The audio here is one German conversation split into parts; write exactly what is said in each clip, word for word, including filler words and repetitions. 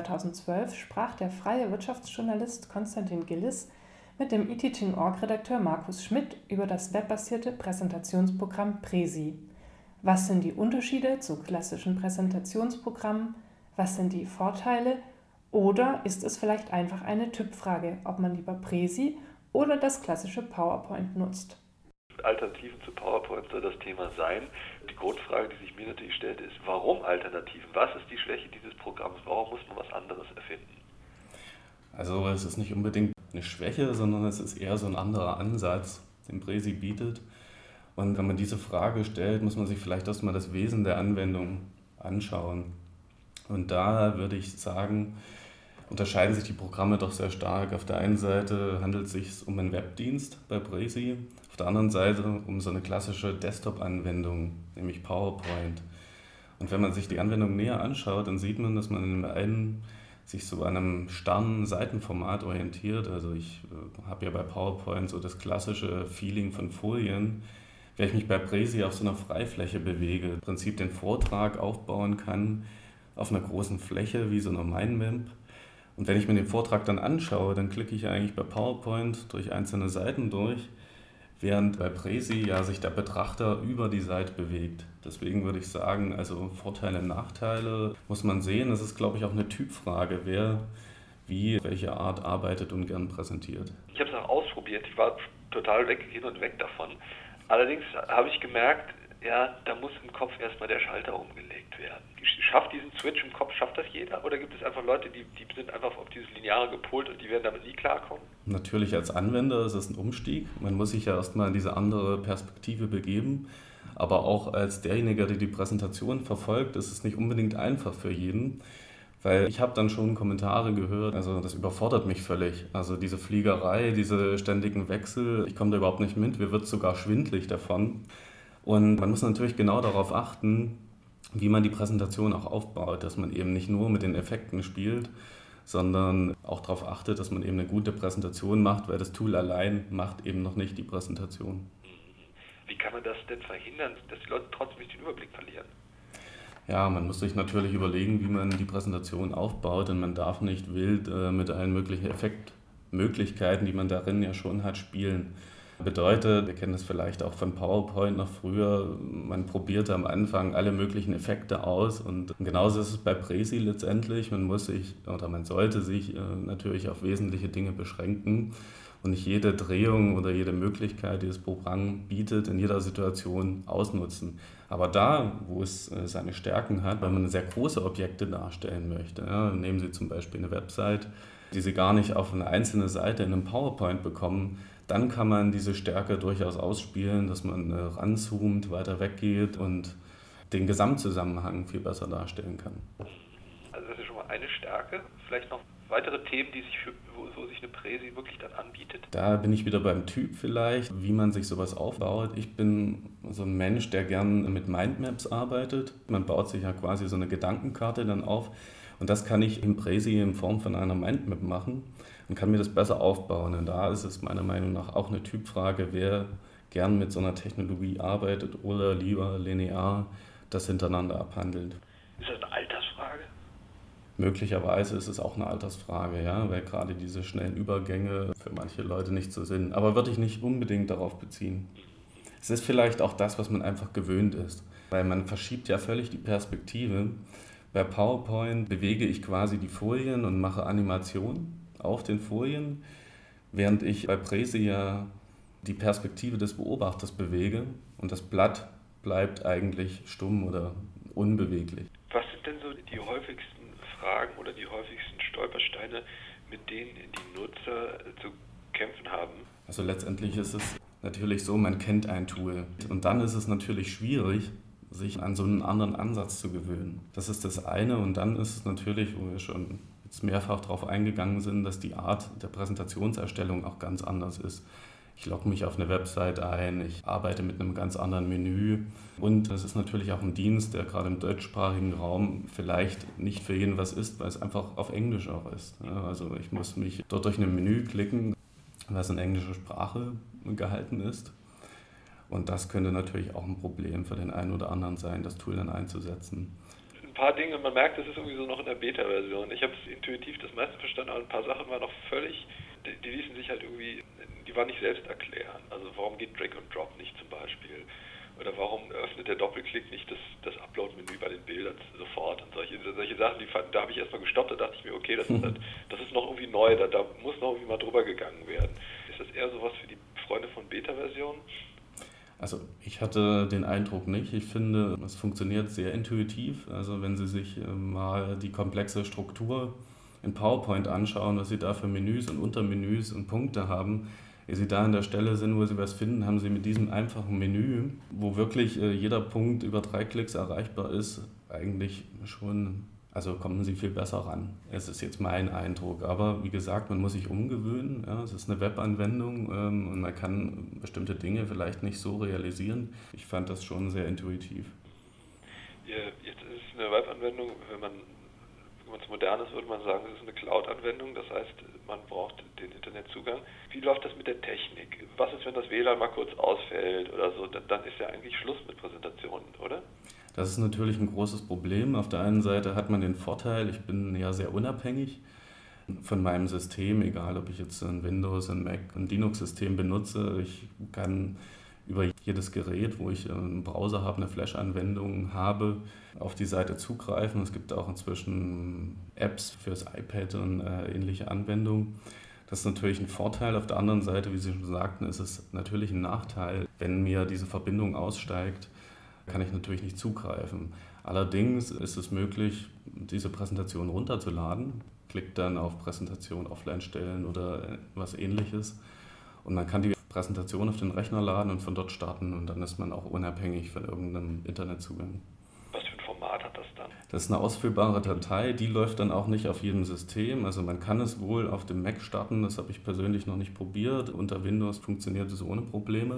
zweitausendzwölf sprach der freie Wirtschaftsjournalist Konstantin Gillis mit dem eTeaching Punkt org-Redakteur Markus Schmidt über das webbasierte Präsentationsprogramm Presi. Was sind die Unterschiede zu klassischen Präsentationsprogrammen? Was sind die Vorteile? Oder ist es vielleicht einfach eine Typfrage, ob man lieber Presi oder das klassische PowerPoint nutzt? Alternativen zu PowerPoint soll das Thema sein. Die Grundfrage, die sich mir natürlich stellt, ist, warum Alternativen? Was ist die Schwäche dieses Programms? Warum muss man was anderes erfinden? Also es ist nicht unbedingt eine Schwäche, sondern es ist eher so ein anderer Ansatz, den Presi bietet. Und wenn man diese Frage stellt, muss man sich vielleicht erstmal das Wesen der Anwendung anschauen. Und da würde ich sagen, unterscheiden sich die Programme doch sehr stark. Auf der einen Seite handelt es sich um einen Webdienst bei Presi, auf der anderen Seite um so eine klassische Desktop-Anwendung, nämlich PowerPoint. Und wenn man sich die Anwendung näher anschaut, dann sieht man, dass man in dem einen sich so an einem starren Seitenformat orientiert. Also ich äh, habe ja bei PowerPoint so das klassische Feeling von Folien, wenn ich mich bei Presi auf so einer Freifläche bewege, im Prinzip den Vortrag aufbauen kann auf einer großen Fläche wie so einer Mindmap. Und wenn ich mir den Vortrag dann anschaue, dann klicke ich eigentlich bei PowerPoint durch einzelne Seiten durch, während bei Presi ja sich der Betrachter über die Seite bewegt. Deswegen würde ich sagen, also Vorteile, Nachteile muss man sehen. Das ist, glaube ich, auch eine Typfrage, wer wie, welche Art arbeitet und gern präsentiert. Ich habe es auch ausprobiert, ich war total weg, hin und weg davon. Allerdings habe ich gemerkt, ja, da muss im Kopf erstmal der Schalter umgelegt werden. Schafft diesen Switch im Kopf, schafft das jeder? Oder gibt es einfach Leute, die, die sind einfach auf dieses Lineare gepolt und die werden damit nie klarkommen? Natürlich als Anwender ist es ein Umstieg. Man muss sich ja erstmal in diese andere Perspektive begeben. Aber auch als derjenige, der die Präsentation verfolgt, ist es nicht unbedingt einfach für jeden. Weil ich habe dann schon Kommentare gehört, also das überfordert mich völlig. Also diese Fliegerei, diese ständigen Wechsel, ich komme da überhaupt nicht mit, mir wird sogar schwindelig davon. Und man muss natürlich genau darauf achten, wie man die Präsentation auch aufbaut, dass man eben nicht nur mit den Effekten spielt, sondern auch darauf achtet, dass man eben eine gute Präsentation macht, weil das Tool allein macht eben noch nicht die Präsentation. Wie kann man das denn verhindern, dass die Leute trotzdem nicht den Überblick verlieren? Ja, man muss sich natürlich überlegen, wie man die Präsentation aufbaut, und man darf nicht wild äh, mit allen möglichen Effektmöglichkeiten, die man darin ja schon hat, spielen. Bedeutet, wir kennen das vielleicht auch von PowerPoint noch früher, man probierte am Anfang alle möglichen Effekte aus, und genauso ist es bei Presi letztendlich. Man muss sich oder man sollte sich äh, natürlich auf wesentliche Dinge beschränken und nicht jede Drehung oder jede Möglichkeit, die das Programm bietet, in jeder Situation ausnutzen. Aber da, wo es äh, seine Stärken hat, wenn man sehr große Objekte darstellen möchte, ja, nehmen Sie zum Beispiel eine Website, die Sie gar nicht auf eine einzelne Seite in einem PowerPoint bekommen, dann kann man diese Stärke durchaus ausspielen, dass man äh, ranzoomt, weiter weggeht und den Gesamtzusammenhang viel besser darstellen kann. Also das ist schon mal eine Stärke. Vielleicht noch weitere Themen, die sich für, wo, wo sich eine Präsi wirklich dann anbietet? Da bin ich wieder beim Typ vielleicht, wie man sich sowas aufbaut. Ich bin so ein Mensch, der gern mit Mindmaps arbeitet. Man baut sich ja quasi so eine Gedankenkarte dann auf. Und das kann ich im Presi in Form von einer Mindmap machen und kann mir das besser aufbauen. Und da ist es meiner Meinung nach auch eine Typfrage, wer gern mit so einer Technologie arbeitet oder lieber linear das hintereinander abhandelt. Ist das eine Altersfrage? Möglicherweise ist es auch eine Altersfrage, ja, weil gerade diese schnellen Übergänge für manche Leute nicht so sind. Aber würde ich nicht unbedingt darauf beziehen. Es ist vielleicht auch das, was man einfach gewöhnt ist, weil man verschiebt ja völlig die Perspektive. Bei PowerPoint bewege ich quasi die Folien und mache Animationen auf den Folien, während ich bei Presi ja die Perspektive des Beobachters bewege und das Blatt bleibt eigentlich stumm oder unbeweglich. Was sind denn so die häufigsten Fragen oder die häufigsten Stolpersteine, mit denen die Nutzer zu kämpfen haben? Also letztendlich ist es natürlich so, man kennt ein Tool und dann ist es natürlich schwierig, sich an so einen anderen Ansatz zu gewöhnen. Das ist das eine, und dann ist es natürlich, wo wir schon jetzt mehrfach darauf eingegangen sind, dass die Art der Präsentationserstellung auch ganz anders ist. Ich logge mich auf eine Website ein, ich arbeite mit einem ganz anderen Menü, und es ist natürlich auch ein Dienst, der gerade im deutschsprachigen Raum vielleicht nicht für jeden was ist, weil es einfach auf Englisch auch ist. Also ich muss mich dort durch ein Menü klicken, was in englischer Sprache gehalten ist. Und das könnte natürlich auch ein Problem für den einen oder anderen sein, das Tool dann einzusetzen. ein paar Dinge, man merkt, das ist irgendwie so noch in der Beta-Version. Ich habe es intuitiv das meiste verstanden, aber ein paar Sachen waren noch völlig, die, die ließen sich halt irgendwie, die waren nicht selbst erklären. Also warum geht Drag und Drop nicht zum Beispiel? Oder warum öffnet der Doppelklick nicht das, das Upload-Menü bei den Bildern sofort und solche, solche Sachen, die, da habe ich erstmal gestoppt, da dachte ich mir, okay, das ist, halt, das ist noch irgendwie neu, da, da muss noch irgendwie mal drüber gegangen werden. Ist das eher sowas für die Freunde von Beta-Versionen? Also ich hatte den Eindruck nicht. Ich finde, es funktioniert sehr intuitiv. Also wenn Sie sich mal die komplexe Struktur in PowerPoint anschauen, was Sie da für Menüs und Untermenüs und Punkte haben, ehe Sie da an der Stelle sind, wo Sie was finden, haben Sie mit diesem einfachen Menü, wo wirklich jeder Punkt über drei Klicks erreichbar ist, eigentlich schon, also kommen Sie viel besser ran. Es ist jetzt mein Eindruck. Aber wie gesagt, man muss sich umgewöhnen. Ja, es ist eine Webanwendung ähm, und man kann bestimmte Dinge vielleicht nicht so realisieren. Ich fand das schon sehr intuitiv. Ja, jetzt ist es eine Webanwendung, wenn man wenn man es modern ist, würde man sagen, es ist eine Cloud-Anwendung, das heißt, man braucht den Internetzugang. Wie läuft das mit der Technik? Was ist, wenn das W L A N mal kurz ausfällt oder so? Dann, dann ist ja eigentlich Schluss mit Präsentationen, oder? Das ist natürlich ein großes Problem. Auf der einen Seite hat man den Vorteil, ich bin ja sehr unabhängig von meinem System, egal ob ich jetzt ein Windows, ein Mac, ein Linux-System benutze. Ich kann über jedes Gerät, wo ich einen Browser habe, eine Flash-Anwendung habe, auf die Seite zugreifen. Es gibt auch inzwischen Apps fürs iPad und äh, ähnliche Anwendungen. Das ist natürlich ein Vorteil. Auf der anderen Seite, wie Sie schon sagten, ist es natürlich ein Nachteil. Wenn mir diese Verbindung aussteigt, kann ich natürlich nicht zugreifen. Allerdings ist es möglich, diese Präsentation runterzuladen. Klickt dann auf Präsentation offline stellen oder was Ähnliches. Und man kann die Präsentation auf den Rechner laden und von dort starten und dann ist man auch unabhängig von irgendeinem Internetzugang. Was für ein Format hat das dann? Das ist eine ausführbare Datei, die läuft dann auch nicht auf jedem System. Also man kann es wohl auf dem Mac starten, das habe ich persönlich noch nicht probiert. Unter Windows funktioniert es ohne Probleme.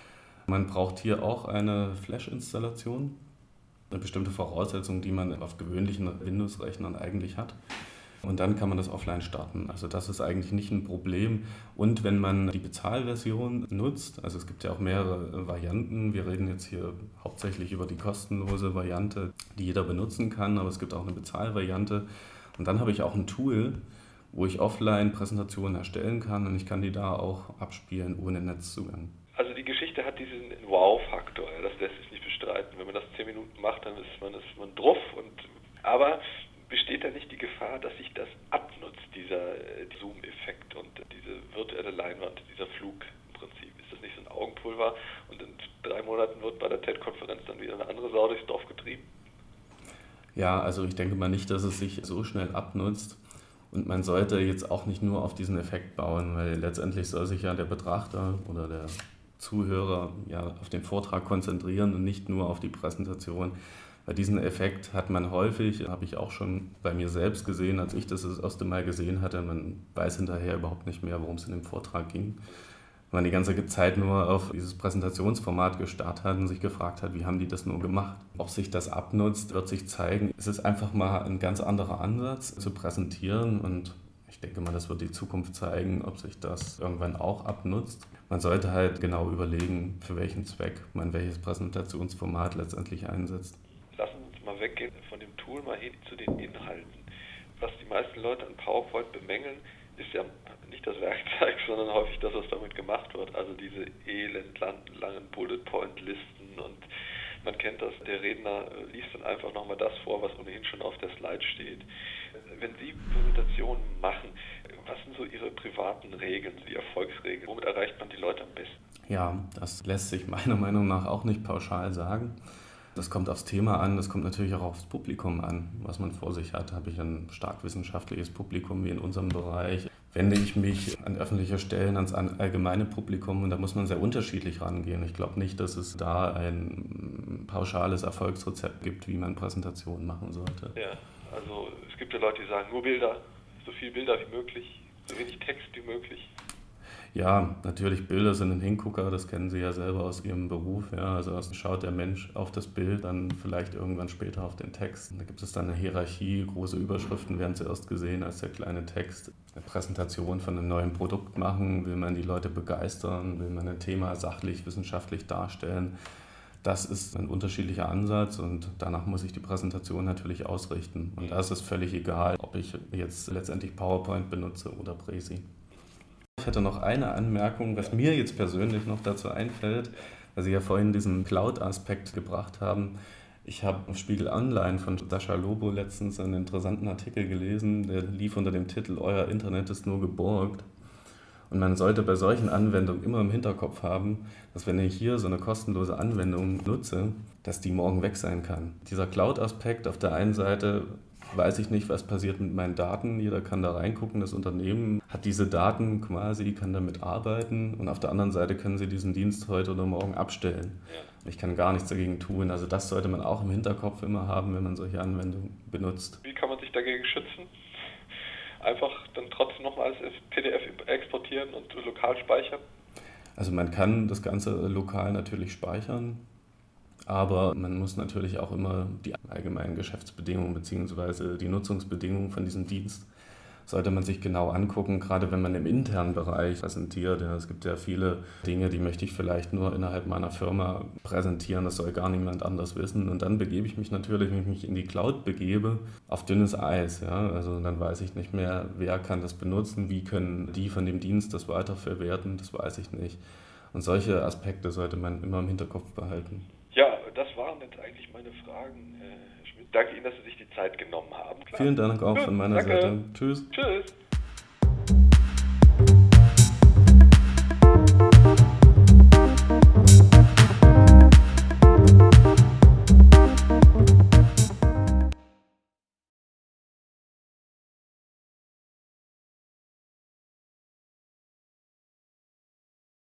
Man braucht hier auch eine Flash-Installation, eine bestimmte Voraussetzung, die man auf gewöhnlichen Windows-Rechnern eigentlich hat. Und dann kann man das offline starten. Also das ist eigentlich nicht ein Problem. Und wenn man die Bezahlversion nutzt, also es gibt ja auch mehrere Varianten, wir reden jetzt hier hauptsächlich über die kostenlose Variante, die jeder benutzen kann, aber es gibt auch eine Bezahlvariante. Und dann habe ich auch ein Tool, wo ich offline Präsentationen erstellen kann und ich kann die da auch abspielen ohne Netzzugang. Also die Geschichte hat diesen Wow-Faktor, ja, das lässt sich nicht bestreiten. Wenn man das zehn Minuten macht, dann ist man, ist man drauf. Und, aber besteht da nicht die Gefahr, dass sich das abnutzt, dieser Zoom-Effekt und diese virtuelle Leinwand, dieser Flug im Prinzip? Ist das nicht so ein Augenpulver und in drei Monaten wird bei der TED-Konferenz dann wieder eine andere Sau durchs Dorf getrieben? Ja, also ich denke mal nicht, dass es sich so schnell abnutzt. Und man sollte jetzt auch nicht nur auf diesen Effekt bauen, weil letztendlich soll sich ja der Betrachter oder der Zuhörer ja auf den Vortrag konzentrieren und nicht nur auf die Präsentation. Weil diesen Effekt hat man häufig, habe ich auch schon bei mir selbst gesehen, als ich das das erste Mal gesehen hatte. Man weiß hinterher überhaupt nicht mehr, worum es in dem Vortrag ging. Man die ganze Zeit nur auf dieses Präsentationsformat gestarrt hat und sich gefragt hat, wie haben die das nur gemacht. Ob sich das abnutzt, wird sich zeigen. Es ist einfach mal ein ganz anderer Ansatz zu präsentieren und ich denke mal, das wird die Zukunft zeigen, ob sich das irgendwann auch abnutzt. Man sollte halt genau überlegen, für welchen Zweck man welches Präsentationsformat letztendlich einsetzt. Lassen wir uns mal weggehen von dem Tool, mal hin zu den Inhalten. Was die meisten Leute an PowerPoint bemängeln, ist ja nicht das Werkzeug, sondern häufig das, was damit gemacht wird. Also diese elendlangen Bullet-Point-Listen und man kennt das, der Redner liest dann einfach nochmal das vor, was ohnehin schon auf der Slide steht. Wenn Sie Präsentationen machen, was sind so Ihre privaten Regeln, die Erfolgsregeln? Womit erreicht man die Leute am besten? Ja, das lässt sich meiner Meinung nach auch nicht pauschal sagen. Das kommt aufs Thema an, das kommt natürlich auch aufs Publikum an, was man vor sich hat. Habe ich ein stark wissenschaftliches Publikum wie in unserem Bereich? Wende ich mich an öffentliche Stellen, ans allgemeine Publikum und da muss man sehr unterschiedlich rangehen. Ich glaube nicht, dass es da ein pauschales Erfolgsrezept gibt, wie man Präsentationen machen sollte. Ja, also es gibt ja Leute, die sagen, nur Bilder, so viel Bilder wie möglich, so wenig Text wie möglich. Ja, natürlich, Bilder sind ein Hingucker, das kennen Sie ja selber aus Ihrem Beruf. Ja, also erst schaut der Mensch auf das Bild, dann vielleicht irgendwann später auf den Text. Da gibt es dann eine Hierarchie, große Überschriften werden zuerst gesehen als der kleine Text. Eine Präsentation von einem neuen Produkt machen, will man die Leute begeistern, will man ein Thema sachlich, wissenschaftlich darstellen, Das ist ein unterschiedlicher Ansatz und danach muss ich die Präsentation natürlich ausrichten. Und da ist es völlig egal, ob ich jetzt letztendlich PowerPoint benutze oder Presi. Ich hätte noch eine Anmerkung, was mir jetzt persönlich noch dazu einfällt, weil Sie ja vorhin diesen Cloud-Aspekt gebracht haben. Ich habe auf Spiegel Online von Sascha Lobo letztens einen interessanten Artikel gelesen, der lief unter dem Titel „Euer Internet ist nur geborgt". Und man sollte bei solchen Anwendungen immer im Hinterkopf haben, dass wenn ich hier so eine kostenlose Anwendung nutze, dass die morgen weg sein kann. Dieser Cloud-Aspekt auf der einen Seite, weiß ich nicht, was passiert mit meinen Daten. Jeder kann da reingucken, das Unternehmen hat diese Daten quasi, kann damit arbeiten. Und auf der anderen Seite können sie diesen Dienst heute oder morgen abstellen. Ja. Ich kann gar nichts dagegen tun. Also das sollte man auch im Hinterkopf immer haben, wenn man solche Anwendungen benutzt. Wie kann man sich dagegen schützen? Einfach dann trotzdem nochmal als P D F exportieren und lokal speichern? Also man kann das Ganze lokal natürlich speichern, aber man muss natürlich auch immer die allgemeinen Geschäftsbedingungen bzw. die Nutzungsbedingungen von diesem Dienst sollte man sich genau angucken, gerade wenn man im internen Bereich präsentiert. Ja, es gibt ja viele Dinge, die möchte ich vielleicht nur innerhalb meiner Firma präsentieren, das soll gar niemand anders wissen. Und dann begebe ich mich natürlich, wenn ich mich in die Cloud begebe, auf dünnes Eis. Ja? Also dann weiß ich nicht mehr, wer kann das benutzen, wie können die von dem Dienst das weiterverwerten, das weiß ich nicht. Und solche Aspekte sollte man immer im Hinterkopf behalten. Ja, das waren jetzt eigentlich meine Fragen, Herr Schmidt. Danke Ihnen, dass Sie sich die Zeit genommen haben. Klar. Vielen Dank auch Gut, von meiner danke. Seite. Tschüss. Tschüss.